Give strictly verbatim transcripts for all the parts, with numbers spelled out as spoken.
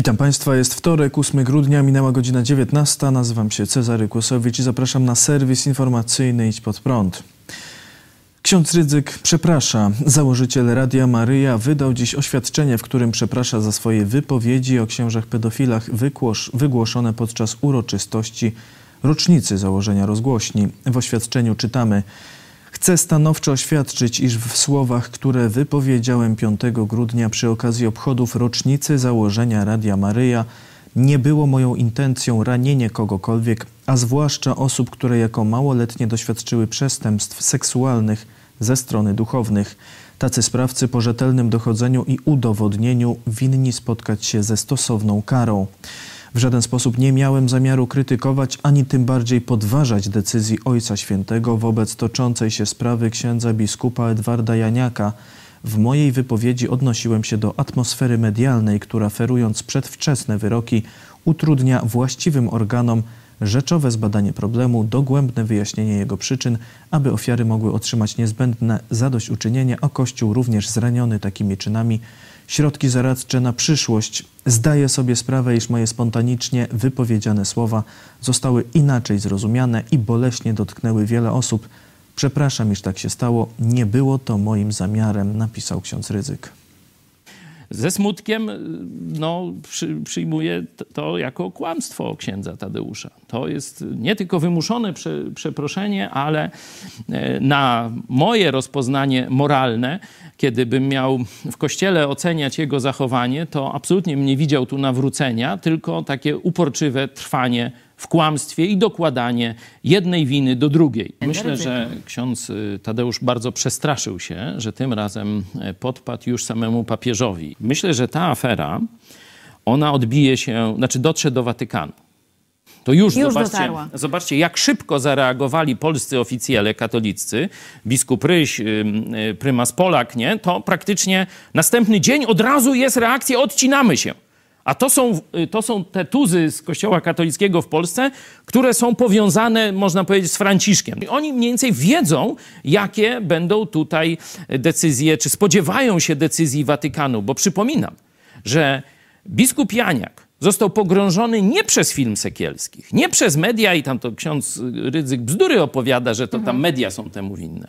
Witam Państwa, jest wtorek, ósmego grudnia, minęła godzina dziewiętnasta. Nazywam się Cezary Kłosowicz i zapraszam na serwis informacyjny Idź Pod Prąd. Ksiądz Rydzyk przeprasza. Założyciel Radia Maryja wydał dziś oświadczenie, w którym przeprasza za swoje wypowiedzi o księżach pedofilach wygłoszone podczas uroczystości rocznicy założenia rozgłośni. W oświadczeniu czytamy: chcę stanowczo oświadczyć, iż w słowach, które wypowiedziałem piątego grudnia przy okazji obchodów rocznicy założenia Radia Maryja, nie było moją intencją ranienie kogokolwiek, a zwłaszcza osób, które jako małoletnie doświadczyły przestępstw seksualnych ze strony duchownych. Tacy sprawcy po rzetelnym dochodzeniu i udowodnieniu winni spotkać się ze stosowną karą. W żaden sposób nie miałem zamiaru krytykować, ani tym bardziej podważać decyzji Ojca Świętego wobec toczącej się sprawy księdza biskupa Edwarda Janiaka. W mojej wypowiedzi odnosiłem się do atmosfery medialnej, która ferując przedwczesne wyroki utrudnia właściwym organom rzeczowe zbadanie problemu, dogłębne wyjaśnienie jego przyczyn, aby ofiary mogły otrzymać niezbędne zadośćuczynienie, a Kościół również zraniony takimi czynami środki zaradcze na przyszłość. Zdaję sobie sprawę, iż moje spontanicznie wypowiedziane słowa zostały inaczej zrozumiane i boleśnie dotknęły wiele osób. Przepraszam, iż tak się stało. Nie było to moim zamiarem, napisał ksiądz Rydzyk. Ze smutkiem no, przy, przyjmuję to jako kłamstwo księdza Tadeusza. To jest nie tylko wymuszone prze, przeproszenie, ale na moje rozpoznanie moralne, kiedy bym miał w Kościele oceniać jego zachowanie, to absolutnie bym nie widział tu nawrócenia, tylko takie uporczywe trwanie w kłamstwie i dokładanie jednej winy do drugiej. Myślę, że ksiądz Tadeusz bardzo przestraszył się, że tym razem podpadł już samemu papieżowi. Myślę, że ta afera, ona odbije się, znaczy dotrze do Watykanu. To już, już zobaczcie, zobaczcie, jak szybko zareagowali polscy oficjele katoliccy, biskup Ryś, prymas Polak, nie? To praktycznie następny dzień od razu jest reakcja, odcinamy się. A to są, to są te tuzy z Kościoła katolickiego w Polsce, które są powiązane, można powiedzieć, z Franciszkiem. Oni mniej więcej wiedzą, jakie będą tutaj decyzje, czy spodziewają się decyzji Watykanu, bo przypominam, że biskup Janiak został pogrążony nie przez film Sekielskich, nie przez media i tam to ksiądz Rydzyk bzdury opowiada, że to tam media są temu winne.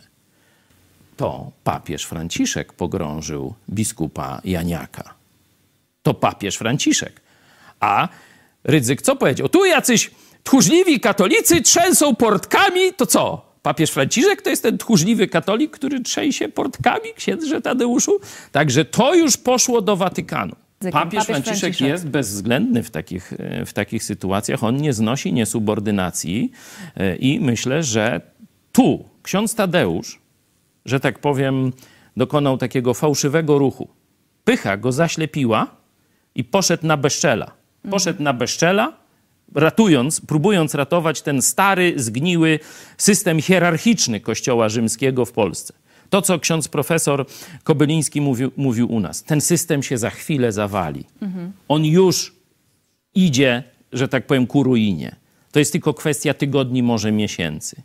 To papież Franciszek pogrążył biskupa Janiaka. To papież Franciszek. A Rydzyk co powiedział? Tu jacyś tchórzliwi katolicy trzęsą portkami, to co? Papież Franciszek to jest ten tchórzliwy katolik, który trzęsie portkami, księdze Tadeuszu? Także to już poszło do Watykanu. Papież, papież Franciszek, Franciszek jest bezwzględny w takich, w takich sytuacjach. On nie znosi niesubordynacji i myślę, że tu ksiądz Tadeusz, że tak powiem, dokonał takiego fałszywego ruchu. Pycha go zaślepiła i poszedł na bezczela. Poszedł na bezczela, ratując, próbując ratować ten stary, zgniły system hierarchiczny Kościoła rzymskiego w Polsce. To, co ksiądz profesor Kobyliński mówił, mówił u nas. Ten system się za chwilę zawali. Mhm. On już idzie, że tak powiem, ku ruinie. To jest tylko kwestia tygodni, może miesięcy.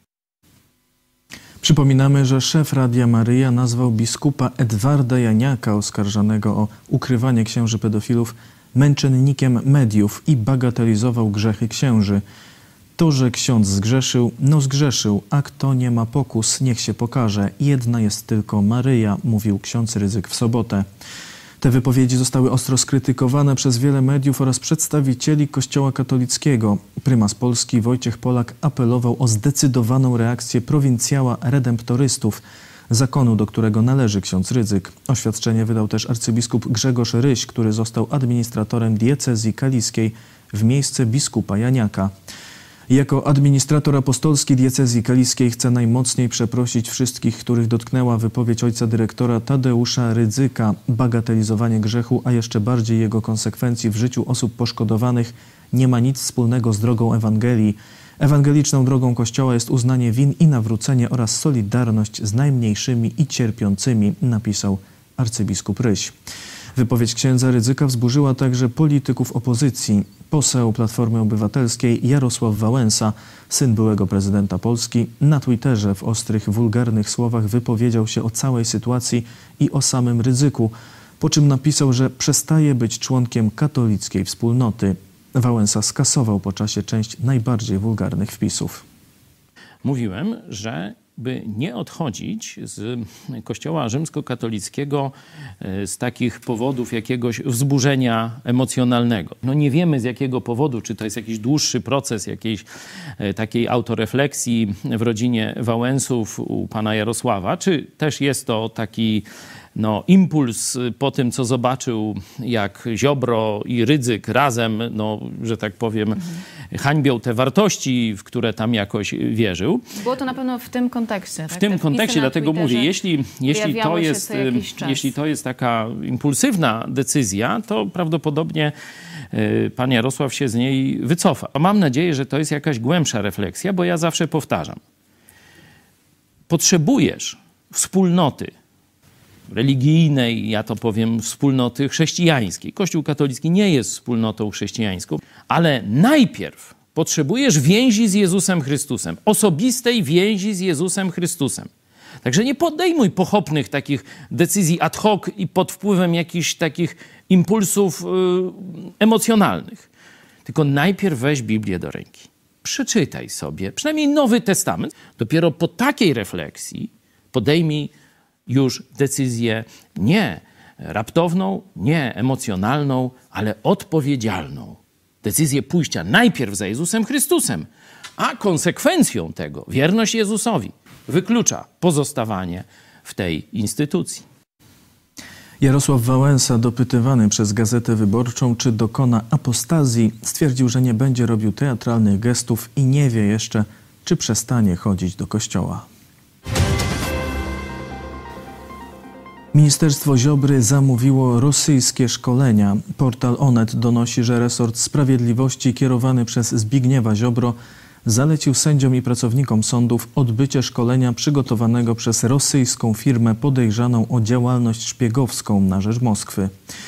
Przypominamy, że szef Radia Maryja nazwał biskupa Edwarda Janiaka, oskarżanego o ukrywanie księży pedofilów, męczennikiem mediów i bagatelizował grzechy księży. To, że ksiądz zgrzeszył, no zgrzeszył, a kto nie ma pokus, niech się pokaże. Jedna jest tylko Maryja, mówił ksiądz Rydzyk w sobotę. Te wypowiedzi zostały ostro skrytykowane przez wiele mediów oraz przedstawicieli Kościoła katolickiego. Prymas Polski Wojciech Polak apelował o zdecydowaną reakcję prowincjała redemptorystów, zakonu, do którego należy ksiądz Rydzyk. Oświadczenie wydał też arcybiskup Grzegorz Ryś, który został administratorem diecezji kaliskiej w miejsce biskupa Janiaka. Jako administrator apostolski diecezji kaliskiej chcę najmocniej przeprosić wszystkich, których dotknęła wypowiedź ojca dyrektora Tadeusza Rydzyka. Bagatelizowanie grzechu, a jeszcze bardziej jego konsekwencji w życiu osób poszkodowanych nie ma nic wspólnego z drogą Ewangelii. Ewangeliczną drogą Kościoła jest uznanie win i nawrócenie oraz solidarność z najmniejszymi i cierpiącymi, napisał arcybiskup Ryś. Wypowiedź księdza Rydzyka wzburzyła także polityków opozycji. Poseł Platformy Obywatelskiej Jarosław Wałęsa, syn byłego prezydenta Polski, na Twitterze w ostrych, wulgarnych słowach wypowiedział się o całej sytuacji i o samym Rydzyku. po czym napisał, że przestaje być członkiem katolickiej wspólnoty. Wałęsa skasował po czasie część najbardziej wulgarnych wpisów. Mówiłem, że by nie odchodzić z Kościoła rzymskokatolickiego z takich powodów jakiegoś wzburzenia emocjonalnego. No nie wiemy z jakiego powodu, czy to jest jakiś dłuższy proces jakiejś takiej autorefleksji w rodzinie Wałęsów u pana Jarosława, czy też jest to taki no, impuls po tym, co zobaczył, jak Ziobro i Rydzyk razem, no, że tak powiem, mhm. hańbią te wartości, w które tam jakoś wierzył. Było to na pewno w tym kontekście. W tak? tym kontekście, dlatego mówię, jeśli, jeśli, to jest, jeśli to jest taka impulsywna decyzja, to prawdopodobnie y, pan Jarosław się z niej wycofa. A mam nadzieję, że to jest jakaś głębsza refleksja, bo ja zawsze powtarzam. Potrzebujesz wspólnoty religijnej, ja to powiem, wspólnoty chrześcijańskiej. Kościół katolicki nie jest wspólnotą chrześcijańską, ale najpierw potrzebujesz więzi z Jezusem Chrystusem, osobistej więzi z Jezusem Chrystusem. Także nie podejmuj pochopnych takich decyzji ad hoc i pod wpływem jakichś takich impulsów yy, emocjonalnych. Tylko najpierw weź Biblię do ręki. Przeczytaj sobie, przynajmniej Nowy Testament. Dopiero po takiej refleksji podejmij już decyzję nie raptowną, nie emocjonalną, ale odpowiedzialną. Decyzję pójścia najpierw za Jezusem Chrystusem, a konsekwencją tego wierność Jezusowi wyklucza pozostawanie w tej instytucji. Jarosław Wałęsa, dopytywany przez Gazetę Wyborczą, czy dokona apostazji, stwierdził, że nie będzie robił teatralnych gestów i nie wie jeszcze, czy przestanie chodzić do kościoła. Ministerstwo Ziobry zamówiło rosyjskie szkolenia. Portal Onet donosi, że resort sprawiedliwości kierowany przez Zbigniewa Ziobro zalecił sędziom i pracownikom sądów odbycie szkolenia przygotowanego przez rosyjską firmę podejrzaną o działalność szpiegowską na rzecz Moskwy.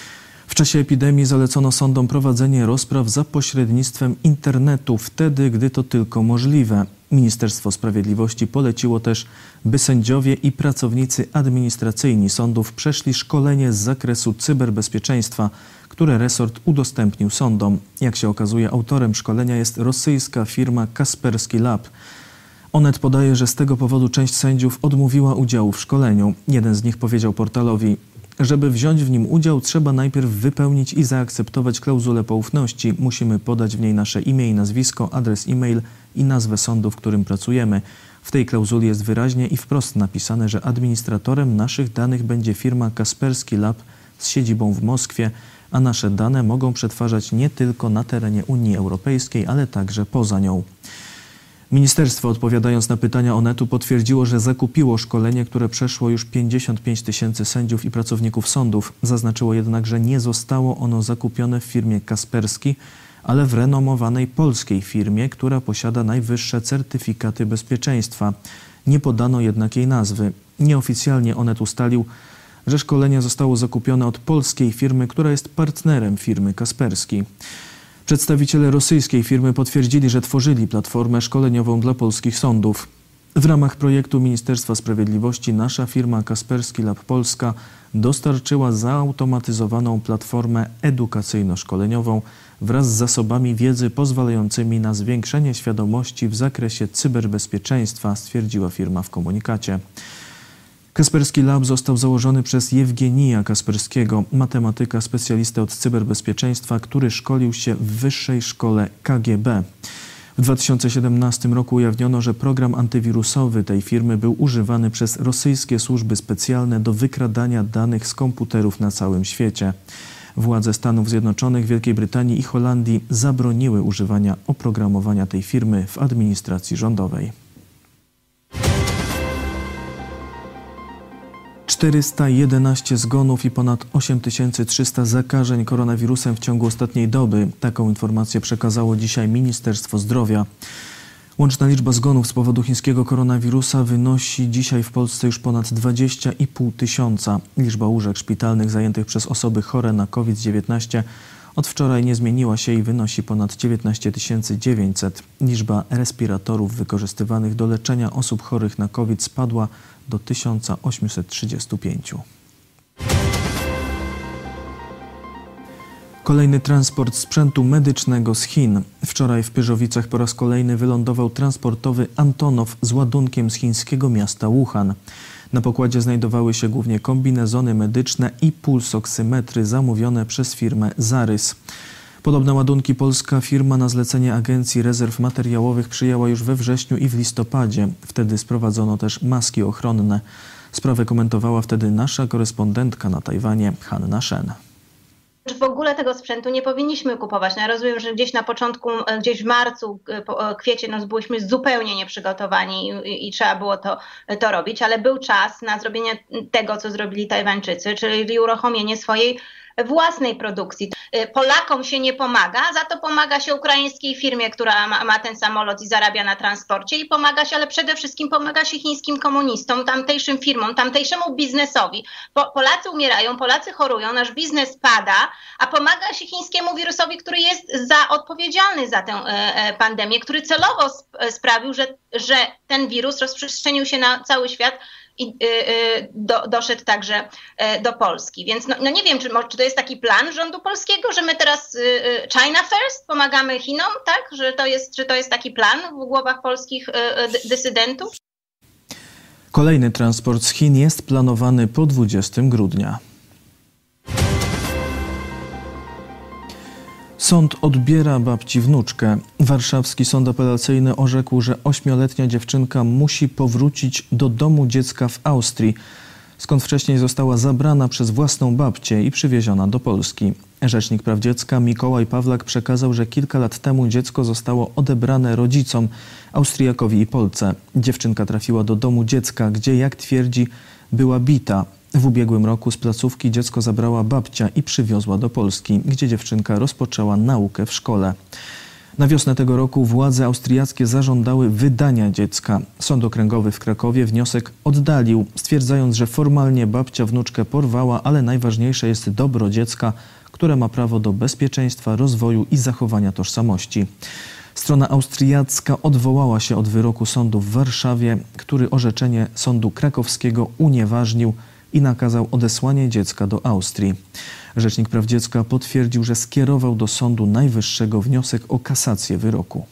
W czasie epidemii zalecono sądom prowadzenie rozpraw za pośrednictwem internetu, wtedy, gdy to tylko możliwe. Ministerstwo Sprawiedliwości poleciło też, by sędziowie i pracownicy administracyjni sądów przeszli szkolenie z zakresu cyberbezpieczeństwa, które resort udostępnił sądom. Jak się okazuje, autorem szkolenia jest rosyjska firma Kaspersky Lab. Onet podaje, że z tego powodu część sędziów odmówiła udziału w szkoleniu. Jeden z nich powiedział portalowi: żeby wziąć w nim udział, trzeba najpierw wypełnić i zaakceptować klauzulę poufności. Musimy podać w niej nasze imię i nazwisko, adres e-mail i nazwę sądu, w którym pracujemy. W tej klauzuli jest wyraźnie i wprost napisane, że administratorem naszych danych będzie firma Kaspersky Lab z siedzibą w Moskwie, a nasze dane mogą przetwarzać nie tylko na terenie Unii Europejskiej, ale także poza nią. Ministerstwo, odpowiadając na pytania Onetu, potwierdziło, że zakupiło szkolenie, które przeszło już pięćdziesiąt pięć tysięcy sędziów i pracowników sądów. Zaznaczyło jednak, że nie zostało ono zakupione w firmie Kaspersky, ale w renomowanej polskiej firmie, która posiada najwyższe certyfikaty bezpieczeństwa. Nie podano jednak jej nazwy. Nieoficjalnie Onet ustalił, że szkolenie zostało zakupione od polskiej firmy, która jest partnerem firmy Kaspersky. Przedstawiciele rosyjskiej firmy potwierdzili, że tworzyli platformę szkoleniową dla polskich sądów. W ramach projektu Ministerstwa Sprawiedliwości nasza firma Kaspersky Lab Polska dostarczyła zautomatyzowaną platformę edukacyjno-szkoleniową wraz z zasobami wiedzy pozwalającymi na zwiększenie świadomości w zakresie cyberbezpieczeństwa, stwierdziła firma w komunikacie. Kaspersky Lab został założony przez Jewgenija Kasperskiego, matematyka, specjalistę od cyberbezpieczeństwa, który szkolił się w Wyższej Szkole K G B. W dwa tysiące siedemnastym roku ujawniono, że program antywirusowy tej firmy był używany przez rosyjskie służby specjalne do wykradania danych z komputerów na całym świecie. Władze Stanów Zjednoczonych, Wielkiej Brytanii i Holandii zabroniły używania oprogramowania tej firmy w administracji rządowej. czterysta jedenaście zgonów i ponad osiem tysięcy trzysta zakażeń koronawirusem w ciągu ostatniej doby. Taką informację przekazało dzisiaj Ministerstwo Zdrowia. Łączna liczba zgonów z powodu chińskiego koronawirusa wynosi dzisiaj w Polsce już ponad dwadzieścia i pół tysiąca. Liczba łóżek szpitalnych zajętych przez osoby chore na COVID dziewiętnaście od wczoraj nie zmieniła się i wynosi ponad dziewiętnaście tysięcy dziewięćset. Liczba respiratorów wykorzystywanych do leczenia osób chorych na COVID spadła do tysiąc osiemset trzydzieści pięć. Kolejny transport sprzętu medycznego z Chin. Wczoraj w Pyrzowicach po raz kolejny wylądował transportowy Antonow z ładunkiem z chińskiego miasta Wuhan. Na pokładzie znajdowały się głównie kombinezony medyczne i pulsoksymetry zamówione przez firmę Zarys. Podobne ładunki polska firma na zlecenie Agencji Rezerw Materiałowych przyjęła już we wrześniu i w listopadzie. Wtedy sprowadzono też maski ochronne. Sprawę komentowała wtedy nasza korespondentka na Tajwanie, Hanna Shen. Czy w ogóle tego sprzętu nie powinniśmy kupować? No ja rozumiem, że gdzieś na początku, gdzieś w marcu, kwiecień, no byliśmy zupełnie nieprzygotowani i, i trzeba było to, to robić, ale był czas na zrobienie tego, co zrobili Tajwańczycy, czyli uruchomienie swojej własnej produkcji. Polakom się nie pomaga, za to pomaga się ukraińskiej firmie, która ma, ma ten samolot i zarabia na transporcie i pomaga się, ale przede wszystkim pomaga się chińskim komunistom, tamtejszym firmom, tamtejszemu biznesowi. Po, Polacy umierają, Polacy chorują, nasz biznes pada, a pomaga się chińskiemu wirusowi, który jest za, odpowiedzialny za tę e, pandemię, który celowo sp sprawił, że, że ten wirus rozprzestrzenił się na cały świat i y, y, do, doszedł także y, do Polski. Więc no, no nie wiem, czy, czy to jest taki plan rządu polskiego, że my teraz y, y, China first, pomagamy Chinom, tak? Że to jest, że to jest taki plan w głowach polskich y, y, dysydentów? Kolejny transport z Chin jest planowany po dwudziestego grudnia. Sąd odbiera babci wnuczkę. Warszawski Sąd Apelacyjny orzekł, że ośmioletnia dziewczynka musi powrócić do domu dziecka w Austrii, skąd wcześniej została zabrana przez własną babcię i przywieziona do Polski. Rzecznik Praw Dziecka Mikołaj Pawlak przekazał, że kilka lat temu dziecko zostało odebrane rodzicom, Austriakowi i Polce. Dziewczynka trafiła do domu dziecka, gdzie, jak twierdzi, była bita. W ubiegłym roku z placówki dziecko zabrała babcia i przywiozła do Polski, gdzie dziewczynka rozpoczęła naukę w szkole. Na wiosnę tego roku władze austriackie zażądały wydania dziecka. Sąd Okręgowy w Krakowie wniosek oddalił, stwierdzając, że formalnie babcia wnuczkę porwała, ale najważniejsze jest dobro dziecka, które ma prawo do bezpieczeństwa, rozwoju i zachowania tożsamości. Strona austriacka odwołała się od wyroku sądu w Warszawie, który orzeczenie sądu krakowskiego unieważnił i nakazał odesłanie dziecka do Austrii. Rzecznik Praw Dziecka potwierdził, że skierował do Sądu Najwyższego wniosek o kasację wyroku.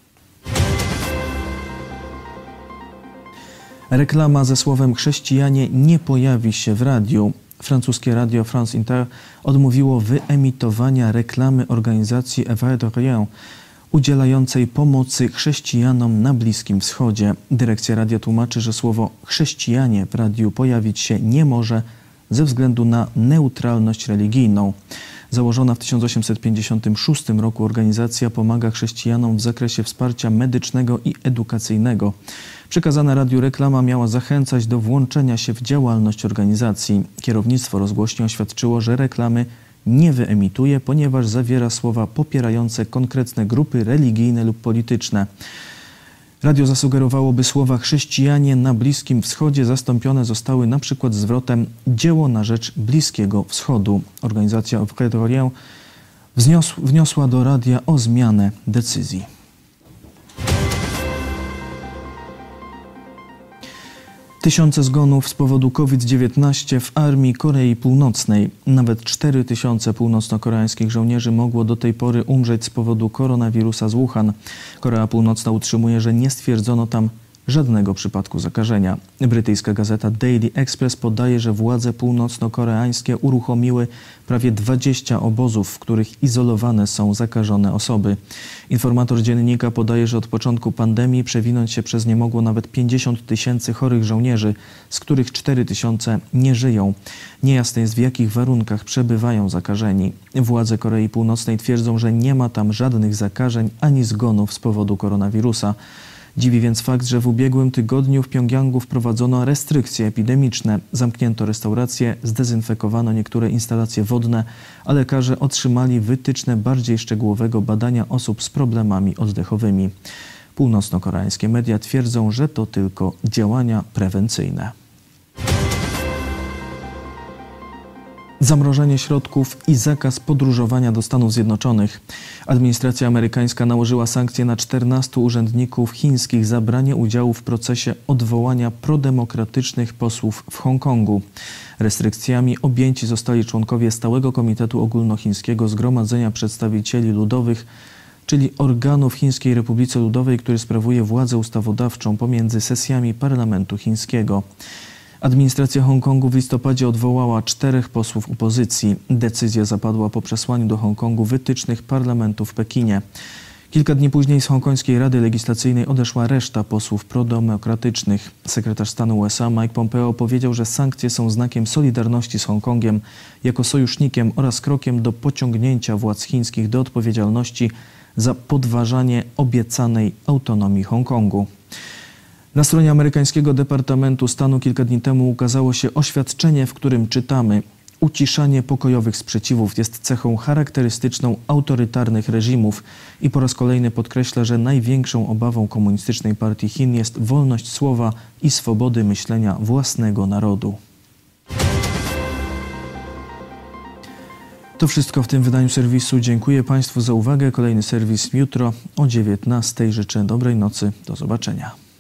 Reklama ze słowem chrześcijanie nie pojawi się w radiu. Francuskie radio France Inter odmówiło wyemitowania reklamy organizacji Evre de Rien, udzielającej pomocy chrześcijanom na Bliskim Wschodzie. Dyrekcja radia tłumaczy, że słowo chrześcijanie w radiu pojawić się nie może ze względu na neutralność religijną. Założona w tysiąc osiemset pięćdziesiątym szóstym roku organizacja pomaga chrześcijanom w zakresie wsparcia medycznego i edukacyjnego. Przekazana radiu reklama miała zachęcać do włączenia się w działalność organizacji. Kierownictwo rozgłośni oświadczyło, że reklamy nie wyemituje, ponieważ zawiera słowa popierające konkretne grupy religijne lub polityczne. Radio zasugerowało, by słowa chrześcijanie na Bliskim Wschodzie zastąpione zostały na przykład zwrotem dzieło na rzecz Bliskiego Wschodu. Organizacja Evre de Rien wniosła do radia o zmianę decyzji. Tysiące zgonów z powodu COVID dziewiętnaście w armii Korei Północnej. Nawet cztery tysiące północno-koreańskich żołnierzy mogło do tej pory umrzeć z powodu koronawirusa z Wuhan. Korea Północna utrzymuje, że nie stwierdzono tam żadnego przypadku zakażenia. Brytyjska gazeta Daily Express podaje, że władze północno-koreańskie uruchomiły prawie dwadzieścia obozów, w których izolowane są zakażone osoby. Informator dziennika podaje, że od początku pandemii przewinąć się przez nie mogło nawet pięćdziesiąt tysięcy chorych żołnierzy, z których cztery tysiące nie żyją. Niejasne jest, w jakich warunkach przebywają zakażeni. Władze Korei Północnej twierdzą, że nie ma tam żadnych zakażeń ani zgonów z powodu koronawirusa. Dziwi więc fakt, że w ubiegłym tygodniu w Pjongjangu wprowadzono restrykcje epidemiczne. Zamknięto restauracje, zdezynfekowano niektóre instalacje wodne, a lekarze otrzymali wytyczne bardziej szczegółowego badania osób z problemami oddechowymi. Północno-koreańskie media twierdzą, że to tylko działania prewencyjne. zamrożenie środków i zakaz podróżowania do Stanów Zjednoczonych. Administracja amerykańska nałożyła sankcje na czternastu urzędników chińskich za branie udziału w procesie odwołania prodemokratycznych posłów w Hongkongu. Restrykcjami objęci zostali członkowie Stałego Komitetu Ogólnochińskiego Zgromadzenia Przedstawicieli Ludowych, czyli organu w Chińskiej Republice Ludowej, który sprawuje władzę ustawodawczą pomiędzy sesjami parlamentu chińskiego. Administracja Hongkongu w listopadzie odwołała czterech posłów opozycji. Decyzja zapadła po przesłaniu do Hongkongu wytycznych parlamentu w Pekinie. Kilka dni później z Hongkońskiej Rady Legislacyjnej odeszła reszta posłów prodemokratycznych. Sekretarz stanu U S A Mike Pompeo powiedział, że sankcje są znakiem solidarności z Hongkongiem jako sojusznikiem oraz krokiem do pociągnięcia władz chińskich do odpowiedzialności za podważanie obiecanej autonomii Hongkongu. Na stronie amerykańskiego Departamentu Stanu kilka dni temu ukazało się oświadczenie, w którym czytamy: uciszanie pokojowych sprzeciwów jest cechą charakterystyczną autorytarnych reżimów i po raz kolejny podkreśla, że największą obawą Komunistycznej Partii Chin jest wolność słowa i swobody myślenia własnego narodu. To wszystko w tym wydaniu serwisu. Dziękuję Państwu za uwagę. Kolejny serwis jutro o dziewiętnastej. Życzę dobrej nocy. Do zobaczenia.